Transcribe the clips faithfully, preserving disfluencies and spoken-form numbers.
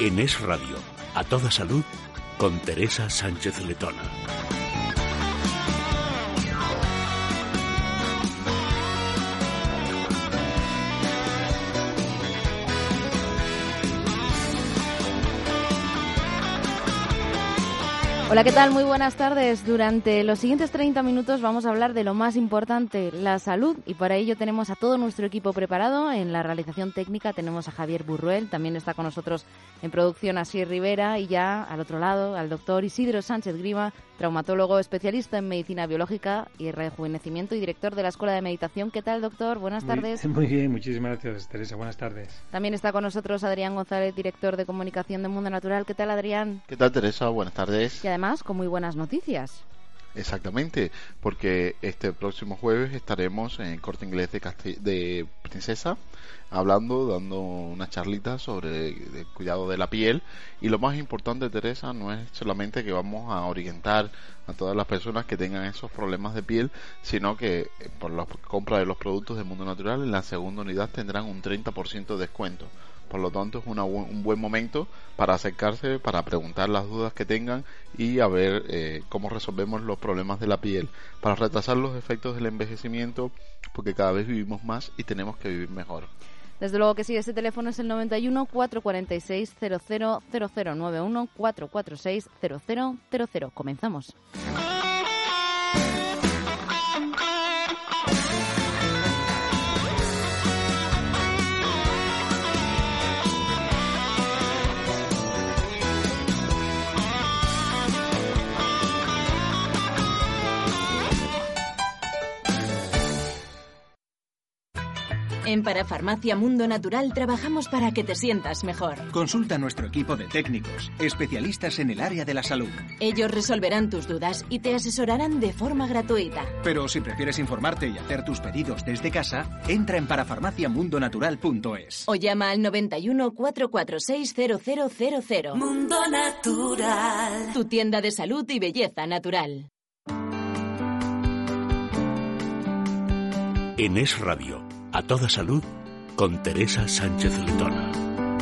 En Es Radio, a toda salud, con Teresa Sánchez Letona. Hola, ¿qué tal? Muy buenas tardes. Durante los siguientes treinta minutos vamos a hablar de lo más importante, la salud, y para ello tenemos a todo nuestro equipo preparado. En la realización técnica tenemos a Javier Burruel, también está con nosotros en producción Asier Rivera, y ya al otro lado al doctor Isidro Sánchez Grima, traumatólogo, especialista en medicina biológica y rejuvenecimiento y director de la Escuela de Meditación. ¿Qué tal, doctor? Buenas tardes. Muy, muy bien, muchísimas gracias, Teresa. Buenas tardes. También está con nosotros Adrián González, director de comunicación de Mundo Natural. ¿Qué tal, Adrián? ¿Qué tal, Teresa? Buenas tardes. Y además con muy buenas noticias. Exactamente, porque este próximo jueves estaremos en el Corte Inglés de, Casti- de Princesa hablando, dando una charlita sobre el cuidado de la piel. Y lo más importante, Teresa, no es solamente que vamos a orientar a todas las personas que tengan esos problemas de piel, sino que por la compra de los productos de Mundo Natural en la segunda unidad tendrán un treinta por ciento de descuento. Por lo tanto, es una bu- un buen momento para acercarse, para preguntar las dudas que tengan y a ver eh, cómo resolvemos los problemas de la piel, para retrasar los efectos del envejecimiento, porque cada vez vivimos más y tenemos que vivir mejor. Desde luego que sí, este teléfono es el noventa y uno, cuatrocientos cuarenta y seis, cero cero cero cero, noventa y uno, cuatrocientos cuarenta y seis, cero cero cero cero. Comenzamos. En Parafarmacia Mundo Natural trabajamos para que te sientas mejor. Consulta a nuestro equipo de técnicos, especialistas en el área de la salud. Ellos resolverán tus dudas y te asesorarán de forma gratuita. Pero si prefieres informarte y hacer tus pedidos desde casa, entra en parafarmacia mundo natural punto es. O llama al noventa y uno, cuatrocientos cuarenta y seis, cero cero cero cero. Mundo Natural. Tu tienda de salud y belleza natural. En Es Radio, a toda salud, con Teresa Sánchez Letona.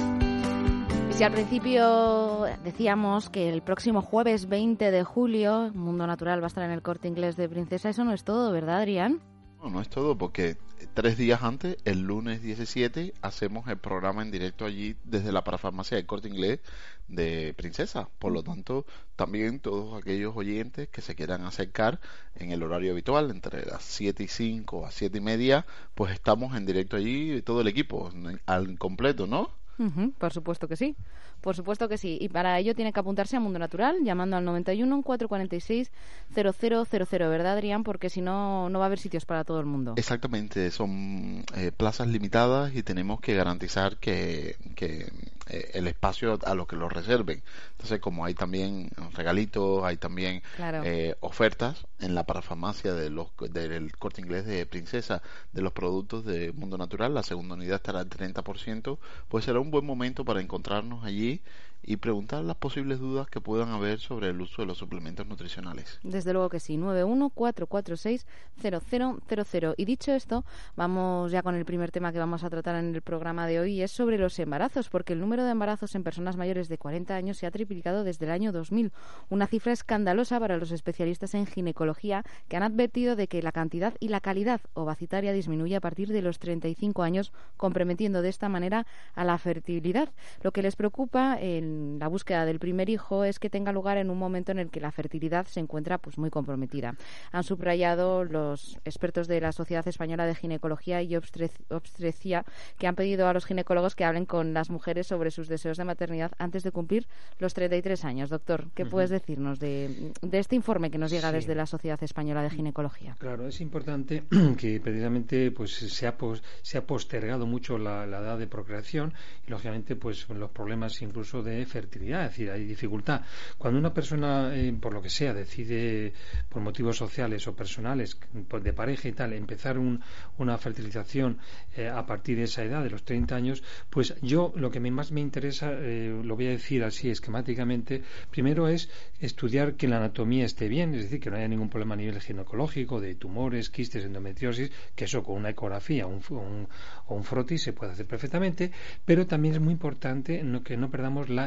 Y si al principio decíamos que el próximo jueves veinte de julio Mundo Natural va a estar en el Corte Inglés de Princesa, eso no es todo, ¿verdad, Adrián? No, no es todo, porque tres días antes, el lunes diecisiete, hacemos el programa en directo allí desde la parafarmacia del Corte Inglés de Princesa. Por lo tanto, también todos aquellos oyentes que se quieran acercar en el horario habitual, entre las siete y cinco a siete y media, pues estamos en directo allí, todo el equipo, al completo, ¿no? Uh-huh, por supuesto que sí, por supuesto que sí. Y para ello tiene que apuntarse a Mundo Natural llamando al noventa y uno, cuatrocientos cuarenta y seis, cero cero cero cero, ¿verdad, Adrián? Porque si no, no va a haber sitios para todo el mundo. Exactamente, son eh, plazas limitadas y tenemos que garantizar que, que eh, el espacio a los que lo reserven. Entonces, como hay también regalitos, hay también claro. eh, ofertas en la parafarmacia de los, del Corte Inglés de Princesa de los productos de Mundo Natural, la segunda unidad estará al treinta por ciento, pues será un buen momento para encontrarnos allí y preguntar las posibles dudas que puedan haber sobre el uso de los suplementos nutricionales. Desde luego que sí, noventa y uno, cuatrocientos cuarenta y seis, cero cero cero cero. Y dicho esto, vamos ya con el primer tema que vamos a tratar en el programa de hoy, y es sobre los embarazos, porque el número de embarazos en personas mayores de cuarenta años se ha triplicado desde el año dos mil, una cifra escandalosa para los especialistas en ginecología, que han advertido de que la cantidad y la calidad ovacitaria disminuye a partir de los treinta y cinco años, comprometiendo de esta manera a la fertilidad. Lo que les preocupa en la búsqueda del primer hijo es que tenga lugar en un momento en el que la fertilidad se encuentra pues muy comprometida. Han subrayado los expertos de la Sociedad Española de Ginecología y Obstre- Obstetricia, que han pedido a los ginecólogos que hablen con las mujeres sobre sus deseos de maternidad antes de cumplir los treinta y tres años. Doctor, ¿qué uh-huh. puedes decirnos de, de este informe que nos llega sí. desde la Sociedad Española de Ginecología? Claro, es importante que precisamente pues se ha, pos, se ha postergado mucho la, la edad de procreación y lógicamente pues los problemas incluso de fertilidad, es decir, hay dificultad. Cuando una persona, eh, por lo que sea, decide por motivos sociales o personales, pues de pareja y tal, empezar un, una fertilización eh, a partir de esa edad, de los treinta años, pues yo lo que me, más me interesa, eh, lo voy a decir así esquemáticamente, primero es estudiar que la anatomía esté bien, es decir, que no haya ningún problema a nivel ginecológico, de tumores, quistes, endometriosis, que eso con una ecografía un, un, o un frotis se puede hacer perfectamente, pero también es muy importante no, que no perdamos la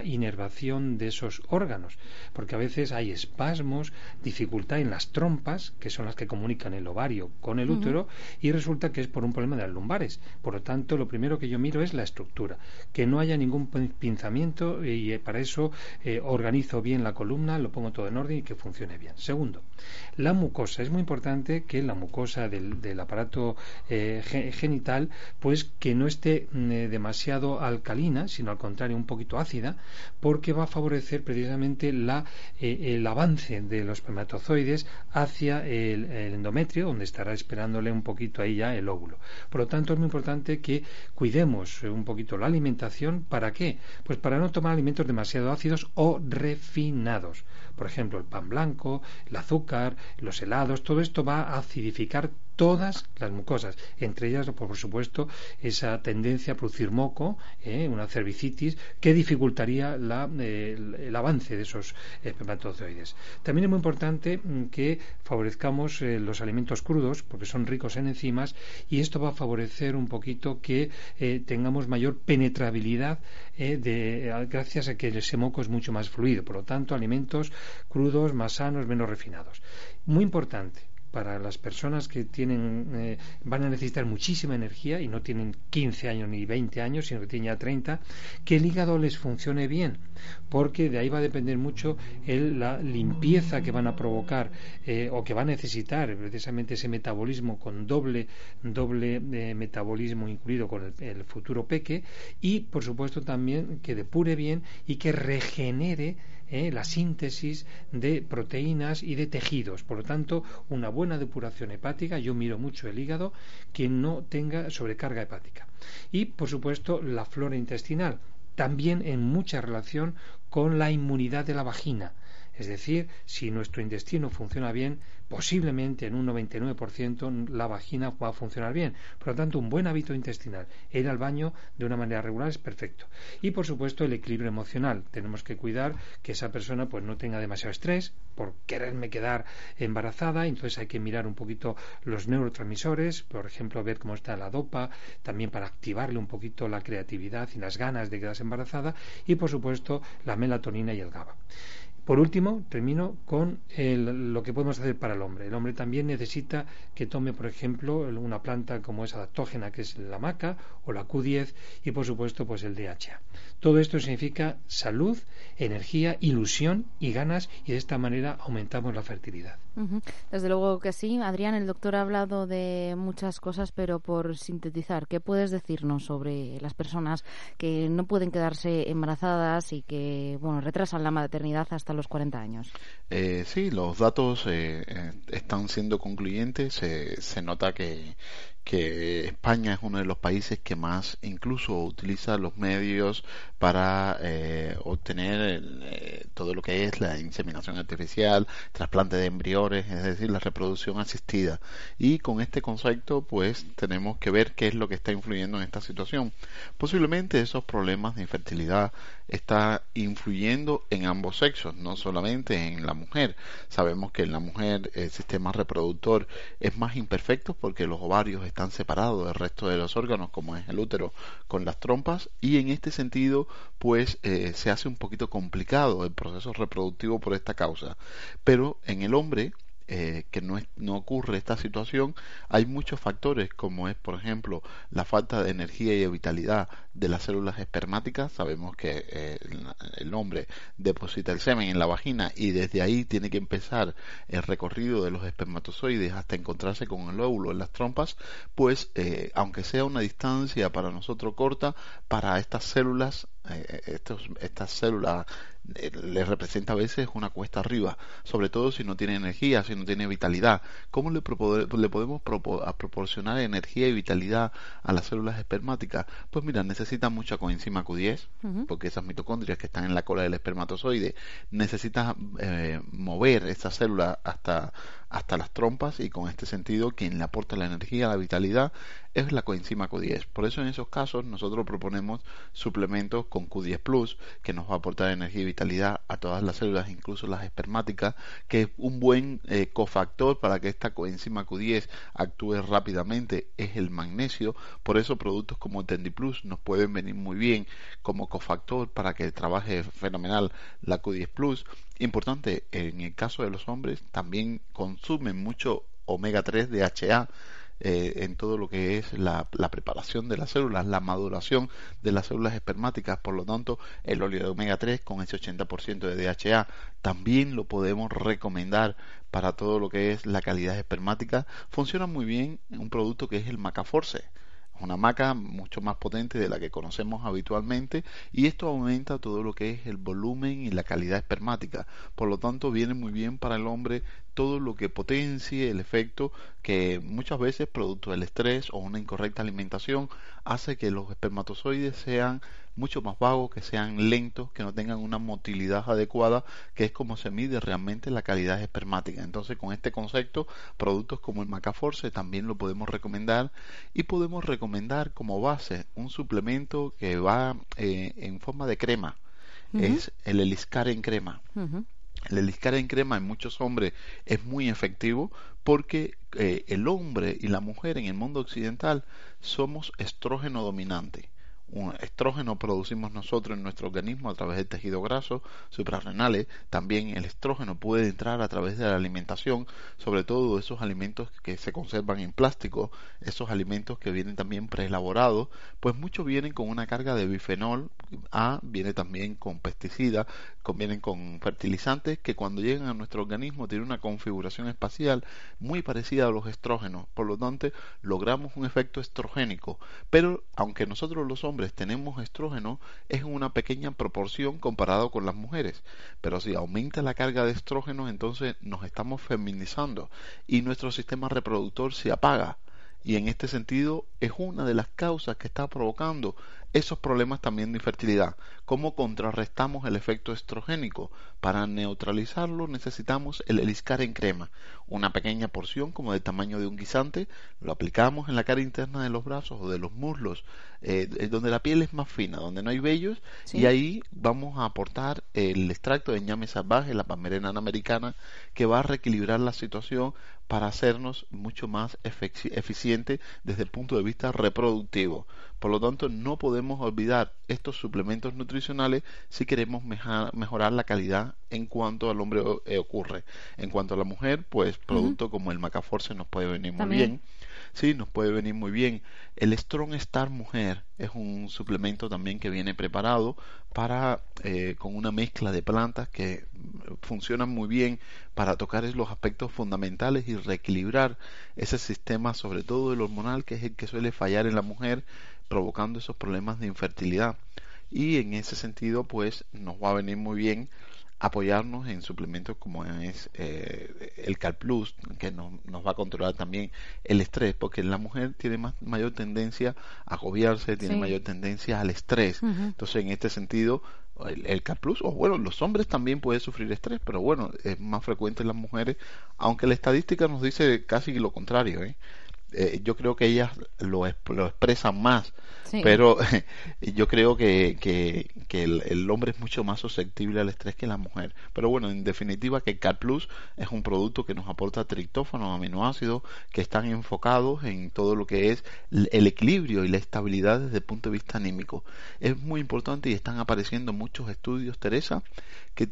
la inervación de esos órganos, porque a veces hay espasmos, dificultad en las trompas, que son las que comunican el ovario con el útero, uh-huh. y resulta que es por un problema de las lumbares. Por lo tanto, lo primero que yo miro es la estructura, que no haya ningún pinzamiento, y para eso eh, organizo bien la columna, lo pongo todo en orden y que funcione bien. Segundo, la mucosa. Es muy importante que la mucosa del, del aparato eh, genital, pues que no esté eh, demasiado alcalina, sino al contrario un poquito ácida, porque va a favorecer precisamente la, eh, el avance de los espermatozoides hacia el, el endometrio, donde estará esperándole un poquito ahí ya el óvulo. Por lo tanto, es muy importante que cuidemos un poquito la alimentación. ¿Para qué? Pues para no tomar alimentos demasiado ácidos o refinados. Por ejemplo, el pan blanco, el azúcar, los helados, todo esto va a acidificar todas las mucosas, entre ellas, por supuesto, esa tendencia a producir moco, eh, una cervicitis, que dificultaría la, eh, el, el avance de esos espermatozoides. También es muy importante que favorezcamos eh, los alimentos crudos, porque son ricos en enzimas, y esto va a favorecer un poquito que eh, tengamos mayor penetrabilidad eh, de, gracias a que ese moco es mucho más fluido. Por lo tanto, alimentos crudos, más sanos, menos refinados. Muy importante para las personas que tienen eh, van a necesitar muchísima energía y no tienen quince años ni veinte años, sino que tienen ya treinta, que el hígado les funcione bien, porque de ahí va a depender mucho el, la limpieza que van a provocar eh, o que va a necesitar precisamente ese metabolismo con doble doble eh, metabolismo incluido con el, el futuro peque, y por supuesto también que depure bien y que regenere Eh, la síntesis de proteínas y de tejidos. Por lo tanto, una buena depuración hepática. Yo miro mucho el hígado, que no tenga sobrecarga hepática. Y, por supuesto, la flora intestinal, también en mucha relación con la inmunidad de la vagina. Es decir, si nuestro intestino funciona bien, posiblemente en un noventa y nueve por ciento la vagina va a funcionar bien. Por lo tanto, un buen hábito intestinal, ir al baño de una manera regular es perfecto. Y por supuesto, el equilibrio emocional. Tenemos que cuidar que esa persona pues no tenga demasiado estrés por quererme quedar embarazada. Entonces hay que mirar un poquito los neurotransmisores, por ejemplo, ver cómo está la dopa, también para activarle un poquito la creatividad y las ganas de quedarse embarazada. Y por supuesto, la melatonina y el GABA. Por último, termino con el, lo que podemos hacer para el hombre. El hombre también necesita que tome, por ejemplo, una planta como es adaptógena, que es la maca o la Q diez, y por supuesto pues el D H A. Todo esto significa salud, energía, ilusión y ganas, y de esta manera aumentamos la fertilidad. Uh-huh. Desde luego que sí. Adrián, el doctor ha hablado de muchas cosas, pero por sintetizar, ¿qué puedes decirnos sobre las personas que no pueden quedarse embarazadas y que, bueno, retrasan la maternidad hasta los cuarenta años? Eh, sí, los datos eh, eh, están siendo concluyentes. Se, se nota que, que España es uno de los países que más incluso utiliza los medios para eh, obtener el, eh, todo lo que es la inseminación artificial, trasplante de embriones, es decir, la reproducción asistida. Y con este concepto, pues, tenemos que ver qué es lo que está influyendo en esta situación. Posiblemente esos problemas de infertilidad están influyendo en ambos sexos, no solamente en la mujer. Sabemos que en la mujer el sistema reproductor es más imperfecto porque los ovarios están separados del resto de los órganos, como es el útero con las trompas, y en este sentido pues eh, se hace un poquito complicado el proceso reproductivo por esta causa. Pero en el hombre Eh, que no, es, no ocurre esta situación, hay muchos factores, como es por ejemplo la falta de energía y de vitalidad de las células espermáticas. Sabemos que eh, el, el hombre deposita el semen en la vagina y desde ahí tiene que empezar el recorrido de los espermatozoides hasta encontrarse con el óvulo en las trompas. Pues eh, aunque sea una distancia para nosotros corta, para estas células eh, estos, estas células eh, les representa a veces una cuesta arriba, sobre todo si no tiene energía, si no tiene vitalidad. ¿Cómo le, propone, le podemos propor, a proporcionar energía y vitalidad a las células espermáticas? Pues mira, necesitan mucha coenzima Q diez, uh-huh. porque esas mitocondrias que están en la cola del espermatozoide necesitan eh, mover estas células hasta hasta las trompas, y con este sentido quien le aporta la energía, la vitalidad, es la coenzima Q diez. Por eso en esos casos nosotros proponemos suplementos con Q diez Plus, que nos va a aportar energía y vitalidad a todas las células, incluso las espermáticas, que es un buen eh, cofactor para que esta coenzima Q diez actúe rápidamente, es el magnesio. Por eso productos como TendiPlus nos pueden venir muy bien como cofactor para que trabaje fenomenal la Q diez Plus. Importante, en el caso de los hombres también consumen mucho omega tres D H A eh, en todo lo que es la, la preparación de las células, la maduración de las células espermáticas. Por lo tanto, el óleo de omega tres con ese ochenta por ciento de D H A también lo podemos recomendar para todo lo que es la calidad espermática. Funciona muy bien un producto que es el Macaforce, una maca mucho más potente de la que conocemos habitualmente, y esto aumenta todo lo que es el volumen y la calidad espermática. Por lo tanto, viene muy bien para el hombre todo lo que potencie el efecto que muchas veces, producto del estrés o una incorrecta alimentación, hace que los espermatozoides sean mucho más vagos, que sean lentos, que no tengan una motilidad adecuada, que es como se mide realmente la calidad espermática. Entonces, con este concepto, productos como el Macaforce también lo podemos recomendar, y podemos recomendar como base un suplemento que va eh, en forma de crema. Uh-huh. Es el Eliscar en crema. Uh-huh. El Eliscar en crema en muchos hombres es muy efectivo porque eh, el hombre y la mujer en el mundo occidental somos estrógeno dominante. Un estrógeno producimos nosotros en nuestro organismo a través del tejido graso suprarrenales. También el estrógeno puede entrar a través de la alimentación, sobre todo esos alimentos que se conservan en plástico, esos alimentos que vienen también preelaborados, pues muchos vienen con una carga de bifenol A, viene también con pesticidas, vienen con fertilizantes que cuando llegan a nuestro organismo tienen una configuración espacial muy parecida a los estrógenos. Por lo tanto, logramos un efecto estrogénico, pero aunque nosotros los hombres tenemos estrógeno, es en una pequeña proporción comparado con las mujeres. Pero si aumenta la carga de estrógeno, entonces nos estamos feminizando y nuestro sistema reproductor se apaga. Y en este sentido es una de las causas que está provocando esos problemas también de infertilidad. ¿Cómo contrarrestamos el efecto estrogénico? Para neutralizarlo necesitamos el Eliscar en crema, una pequeña porción como del tamaño de un guisante, lo aplicamos en la cara interna de los brazos o de los muslos, eh, donde la piel es más fina, donde no hay vellos, ¿sí? Y ahí vamos a aportar el extracto de ñame salvaje, la palmerena americana, que va a reequilibrar la situación para hacernos mucho más eficiente desde el punto de vista reproductivo. Por lo tanto, no podemos olvidar estos suplementos nutricionales si queremos mejorar la calidad en cuanto al hombre eh, ocurre. En cuanto a la mujer, pues producto uh-huh. como el Macaforce nos puede venir muy ¿También? bien. Sí, nos puede venir muy bien. El Strong Star Mujer es un suplemento también que viene preparado para eh, con una mezcla de plantas que funcionan muy bien para tocar los aspectos fundamentales y reequilibrar ese sistema, sobre todo el hormonal, que es el que suele fallar en la mujer, provocando esos problemas de infertilidad. Y en ese sentido, pues nos va a venir muy bien apoyarnos en suplementos como es eh, el CalPlus, que nos, nos va a controlar también el estrés, porque la mujer tiene más, mayor tendencia a agobiarse, tiene sí. mayor tendencia al estrés. Uh-huh. Entonces, en este sentido, el, el CalPlus, o bueno, los hombres también pueden sufrir estrés, pero bueno, es más frecuente en las mujeres, aunque la estadística nos dice casi lo contrario, ¿eh? Eh, yo creo que ellas lo, lo expresan más, sí. pero eh, yo creo que, que, que el, el hombre es mucho más susceptible al estrés que la mujer. Pero bueno, en definitiva, que el CalPlus es un producto que nos aporta triptófano, aminoácidos, que están enfocados en todo lo que es el equilibrio y la estabilidad desde el punto de vista anímico. Es muy importante y están apareciendo muchos estudios, Teresa, que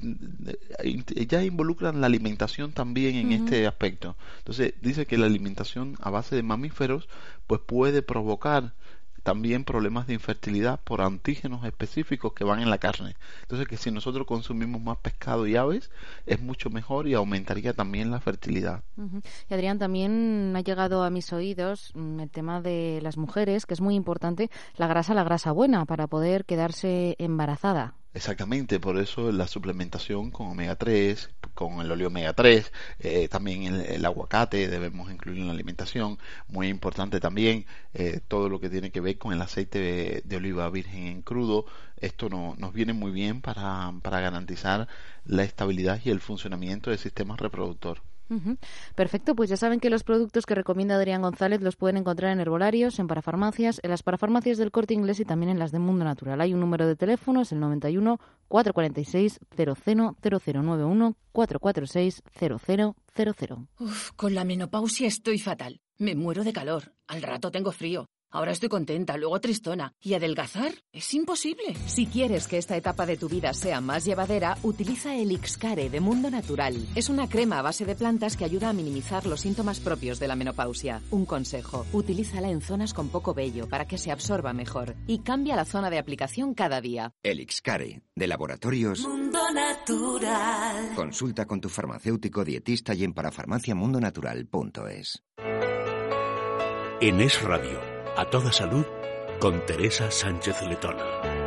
ya involucran la alimentación también en uh-huh. este aspecto. Entonces, dice que la alimentación a base de mamíferos pues puede provocar también problemas de infertilidad por antígenos específicos que van en la carne. Entonces, que si nosotros consumimos más pescado y aves es mucho mejor y aumentaría también la fertilidad. Uh-huh. Y Adrián, también ha llegado a mis oídos el tema de las mujeres, que es muy importante, la grasa, la grasa buena para poder quedarse embarazada. Exactamente, por eso la suplementación con omega tres, con el óleo omega tres, eh, también el, el aguacate debemos incluir en la alimentación. Muy importante también eh, todo lo que tiene que ver con el aceite de, de oliva virgen en crudo. Esto no, nos viene muy bien para, para garantizar la estabilidad y el funcionamiento del sistema reproductor. Uh-huh. Perfecto, pues ya saben que los productos que recomienda Adrián González los pueden encontrar en herbolarios, en parafarmacias, en las parafarmacias del Corte Inglés y también en las de Mundo Natural. Hay un número de teléfono, es el noventa y uno, cuatrocientos cuarenta y seis, cero cero cero cero, noventa y uno, cuatrocientos cuarenta y seis, cero cero cero cero. Uf, con la menopausia estoy fatal. Me muero de calor. Al rato tengo frío. Ahora estoy contenta, luego tristona. ¿Y adelgazar? Es imposible. Si quieres que esta etapa de tu vida sea más llevadera, utiliza el Ixcare de Mundo Natural. Es una crema a base de plantas que ayuda a minimizar los síntomas propios de la menopausia. Un consejo, utilízala en zonas con poco vello para que se absorba mejor. Y cambia la zona de aplicación cada día. El Ixcare, de Laboratorios Mundo Natural. Consulta con tu farmacéutico dietista y en parafarmaciamundonatural punto es. En Es Radio, a toda salud, con Teresa Sánchez Letona.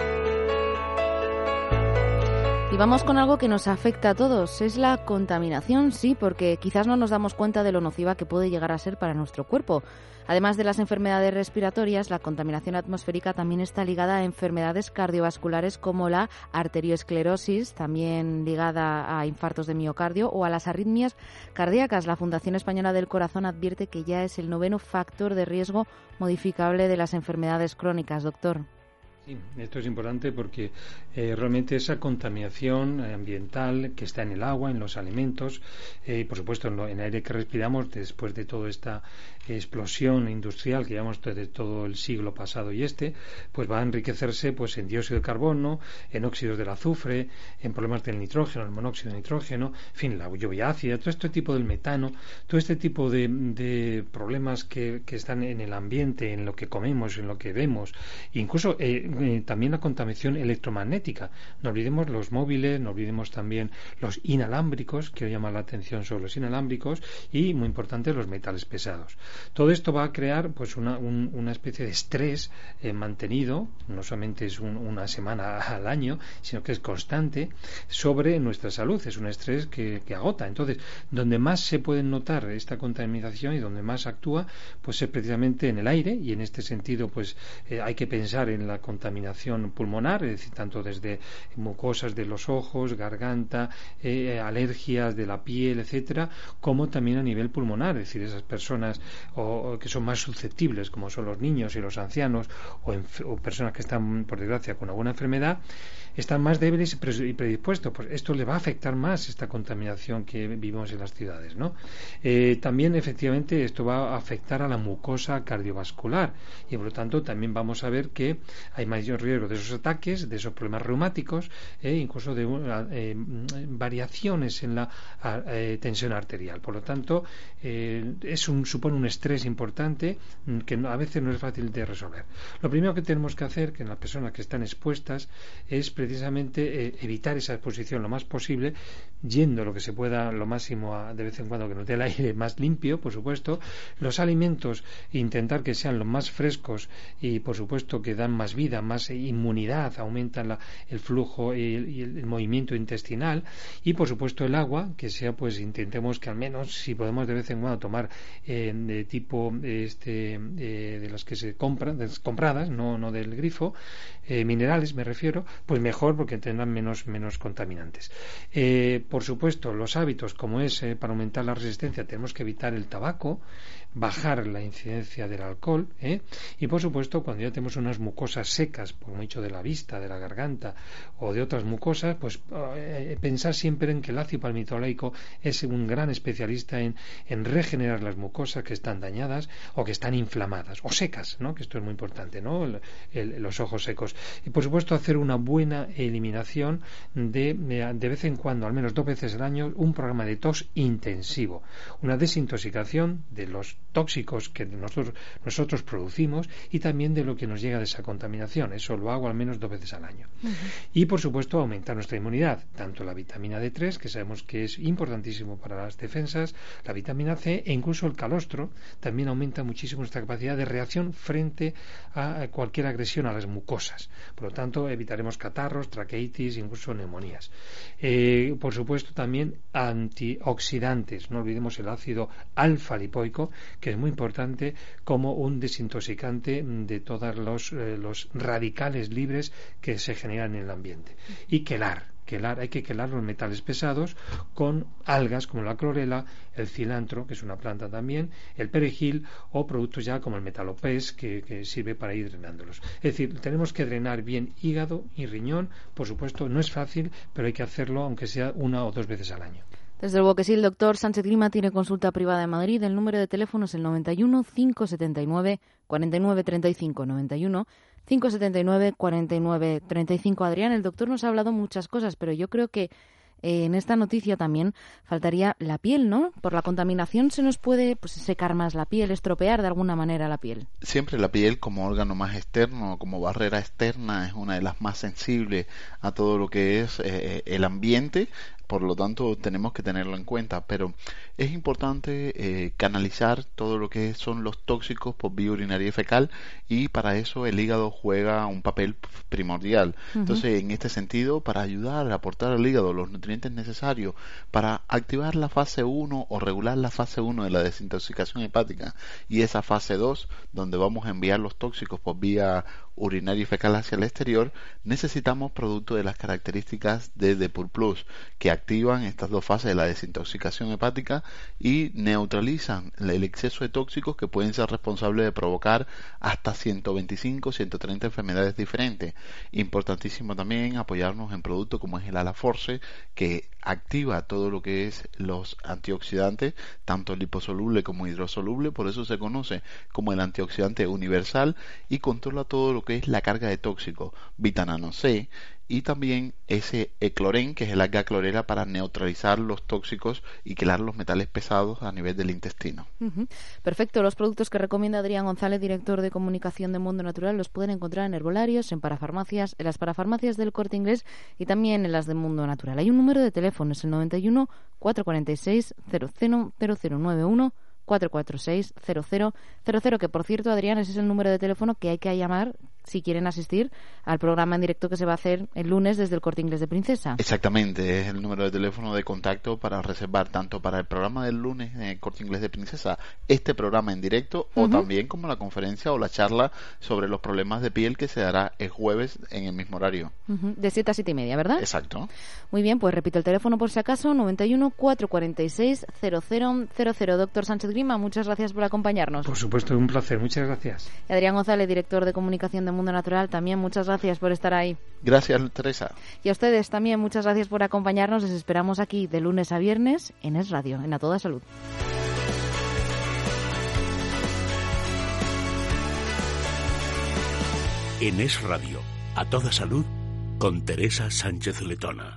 Y vamos con algo que nos afecta a todos, es la contaminación, sí, porque quizás no nos damos cuenta de lo nociva que puede llegar a ser para nuestro cuerpo. Además de las enfermedades respiratorias, la contaminación atmosférica también está ligada a enfermedades cardiovasculares como la arteriosclerosis, también ligada a infartos de miocardio o a las arritmias cardíacas. La Fundación Española del Corazón advierte que ya es el noveno factor de riesgo modificable de las enfermedades crónicas, doctor. Sí, esto es importante porque eh, realmente esa contaminación ambiental que está en el agua, en los alimentos, eh, y por supuesto en, lo, en el aire que respiramos después de toda esta explosión industrial que llevamos desde todo el siglo pasado y este, pues va a enriquecerse pues en dióxido de carbono, en óxidos del azufre, en problemas del nitrógeno, el monóxido de nitrógeno, en fin, la lluvia ácida, todo este tipo del metano, todo este tipo de, de problemas que, que están en el ambiente, en lo que comemos, en lo que vemos, incluso eh, eh, también la contaminación electromagnética. No olvidemos los móviles, no olvidemos también los inalámbricos, quiero llamar la atención sobre los inalámbricos, y muy importante los metales pesados. Todo esto va a crear pues una, un, una especie de estrés eh, mantenido, no solamente es un, una semana al año, sino que es constante sobre nuestra salud. Es un estrés que, que agota. Entonces, donde más se puede notar esta contaminación y donde más actúa, pues es precisamente en el aire, y en este sentido pues eh, hay que pensar en la contaminación pulmonar, es decir, tanto desde mucosas de los ojos, garganta, eh, alergias de la piel, etcétera, como también a nivel pulmonar, es decir, esas personas o, o que son más susceptibles, como son los niños y los ancianos, o, en, o personas que están, por desgracia, con alguna enfermedad, están más débiles y predispuestos. Pues esto le va a afectar más, esta contaminación que vivimos en las ciudades, ¿no? Eh, también, efectivamente, esto va a afectar a la mucosa cardiovascular y, por lo tanto, también vamos a ver que hay mayor riesgo de esos ataques, de esos problemas reumáticos, eh, incluso de eh, variaciones en la eh, tensión arterial. Por lo tanto, eh, es un, supone un estrés importante que no, a veces no es fácil de resolver. Lo primero que tenemos que hacer, que en las personas que están expuestas, es precisamente eh, evitar esa exposición lo más posible, yendo lo que se pueda lo máximo a, de vez en cuando que nos dé el aire más limpio, por supuesto. Los alimentos, intentar que sean los más frescos y, por supuesto, que dan más vida, más inmunidad, aumentan la, el flujo y el, y el movimiento intestinal. Y, por supuesto, el agua, que sea, pues intentemos que al menos, si podemos de vez en cuando tomar eh, de tipo este eh, de las que se compran, de las compradas, no, no del grifo, eh, minerales me refiero, pues mejor, porque tendrán menos, menos contaminantes. Eh, por supuesto, los hábitos, como es eh, para aumentar la resistencia, tenemos que evitar el tabaco, bajar la incidencia del alcohol, ¿eh? Y por supuesto, cuando ya tenemos unas mucosas secas, por mucho de la vista, de la garganta o de otras mucosas, pues eh, pensar siempre en que el ácido palmitoleico es un gran especialista en, en regenerar las mucosas que están dañadas o que están inflamadas o secas, ¿no? Que esto es muy importante, ¿no? El, el, los ojos secos. Y por supuesto, hacer una buena eliminación de, de de vez en cuando, al menos dos veces al año, un programa de tos intensivo, una desintoxicación de los tóxicos que nosotros, nosotros producimos y también de lo que nos llega de esa contaminación. Eso lo hago al menos dos veces al año. Uh-huh. Y por supuesto, aumentar nuestra inmunidad, tanto la vitamina D tres, que sabemos que es importantísimo para las defensas, la vitamina C e incluso el calostro también aumenta muchísimo nuestra capacidad de reacción frente a cualquier agresión a las mucosas. Por lo tanto, evitaremos catarros, traqueitis, incluso neumonías. Eh, por supuesto, también antioxidantes. No olvidemos el ácido alfa-lipoico, que es muy importante como un desintoxicante de todos los, eh, los radicales libres que se generan en el ambiente. Y quelar. quelar, hay que quelar los metales pesados con algas como la clorela, el cilantro, que es una planta también, el perejil o productos ya como el metalopés, que, que sirve para ir drenándolos. Es decir, tenemos que drenar bien hígado y riñón. Por supuesto, no es fácil, pero hay que hacerlo aunque sea una o dos veces al año. Desde luego que sí, el doctor Sánchez Grima tiene consulta privada en Madrid. El número de teléfono es el noventa y uno, cinco setenta y nueve, cuarenta y nueve treinta y cinco, noventa y uno, cinco setenta y nueve, cuarenta y nueve treinta y cinco. Adrián, el doctor nos ha hablado muchas cosas, pero yo creo que eh, en esta noticia también faltaría la piel, ¿no? Por la contaminación se nos puede pues, secar más la piel, estropear de alguna manera la piel. Siempre la piel como órgano más externo, como barrera externa, es una de las más sensibles a todo lo que es eh, el ambiente. Por lo tanto, tenemos que tenerlo en cuenta, pero es importante eh, canalizar todo lo que son los tóxicos por vía urinaria y fecal, y para eso el hígado juega un papel primordial. Uh-huh. Entonces, en este sentido, para ayudar a aportar al hígado los nutrientes necesarios para activar la fase uno o regular la fase uno de la desintoxicación hepática y esa fase dos, donde vamos a enviar los tóxicos por vía urinaria y fecal hacia el exterior, necesitamos productos de las características de Depur Plus, que activan estas dos fases de la desintoxicación hepática y neutralizan el exceso de tóxicos que pueden ser responsables de provocar hasta ciento veinticinco, ciento treinta enfermedades diferentes. Importantísimo también apoyarnos en productos como es el Alaforce, que activa todo lo que es los antioxidantes, tanto liposoluble como hidrosoluble, por eso se conoce como el antioxidante universal, y controla todo lo que es la carga de tóxicos, vitamina C, y también ese ecloren, que es el alga clorela, para neutralizar los tóxicos y quelar los metales pesados a nivel del intestino. Uh-huh. Perfecto. Los productos que recomienda Adrián González, director de comunicación de Mundo Natural, los pueden encontrar en herbolarios, en parafarmacias, en las parafarmacias del Corte Inglés y también en las de Mundo Natural. Hay un número de teléfono, es el noventa y uno, cuatrocientos cuarenta y seis, cero cero cero cero nueve uno, cuatrocientos cuarenta y seis, cero cero cero cero, que por cierto, Adrián, ese es el número de teléfono que hay que llamar si quieren asistir al programa en directo que se va a hacer el lunes desde el Corte Inglés de Princesa. Exactamente, es el número de teléfono de contacto para reservar tanto para el programa del lunes en el Corte Inglés de Princesa, este programa en directo, uh-huh, o también como la conferencia o la charla sobre los problemas de piel que se dará el jueves en el mismo horario. Uh-huh. De siete a siete y media, ¿verdad? Exacto. Muy bien, pues repito el teléfono por si acaso, noventa y uno, cuatrocientos cuarenta y seis, cero cero cero cero. Doctor Sánchez Grima, muchas gracias por acompañarnos. Por supuesto, un placer, muchas gracias. Y Adrián González, director de comunicación de Mundo Natural, también muchas gracias por estar ahí. Gracias, Teresa. Y a ustedes también muchas gracias por acompañarnos. Les esperamos aquí de lunes a viernes en Es Radio, en A Toda Salud. En Es Radio, A Toda Salud, con Teresa Sánchez Letona.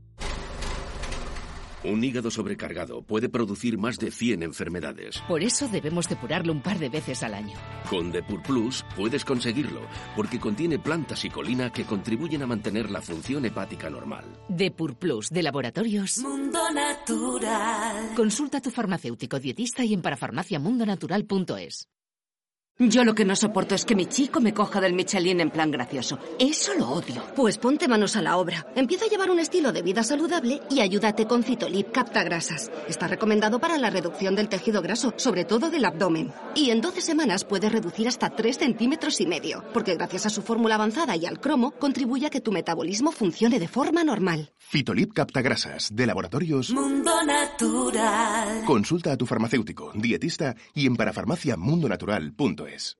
Un hígado sobrecargado puede producir más de cien enfermedades. Por eso debemos depurarlo un par de veces al año. Con Depur Plus puedes conseguirlo, porque contiene plantas y colina que contribuyen a mantener la función hepática normal. Depur Plus, de Laboratorios Mundo Natural. Consulta a tu farmacéutico dietista y en parafarmacia mundo natural punto es. Yo lo que no soporto es que mi chico me coja del Michelin en plan gracioso. Eso lo odio. Pues ponte manos a la obra. Empieza a llevar un estilo de vida saludable y ayúdate con Cytolip Captagrasas. Está recomendado para la reducción del tejido graso, sobre todo del abdomen. Y en doce semanas puedes reducir hasta tres centímetros y medio, porque gracias a su fórmula avanzada y al cromo, contribuye a que tu metabolismo funcione de forma normal. Cytolip Captagrasas, de Laboratorios Mundo Natural. Consulta a tu farmacéutico, dietista y en parafarmacia mundo natural punto es.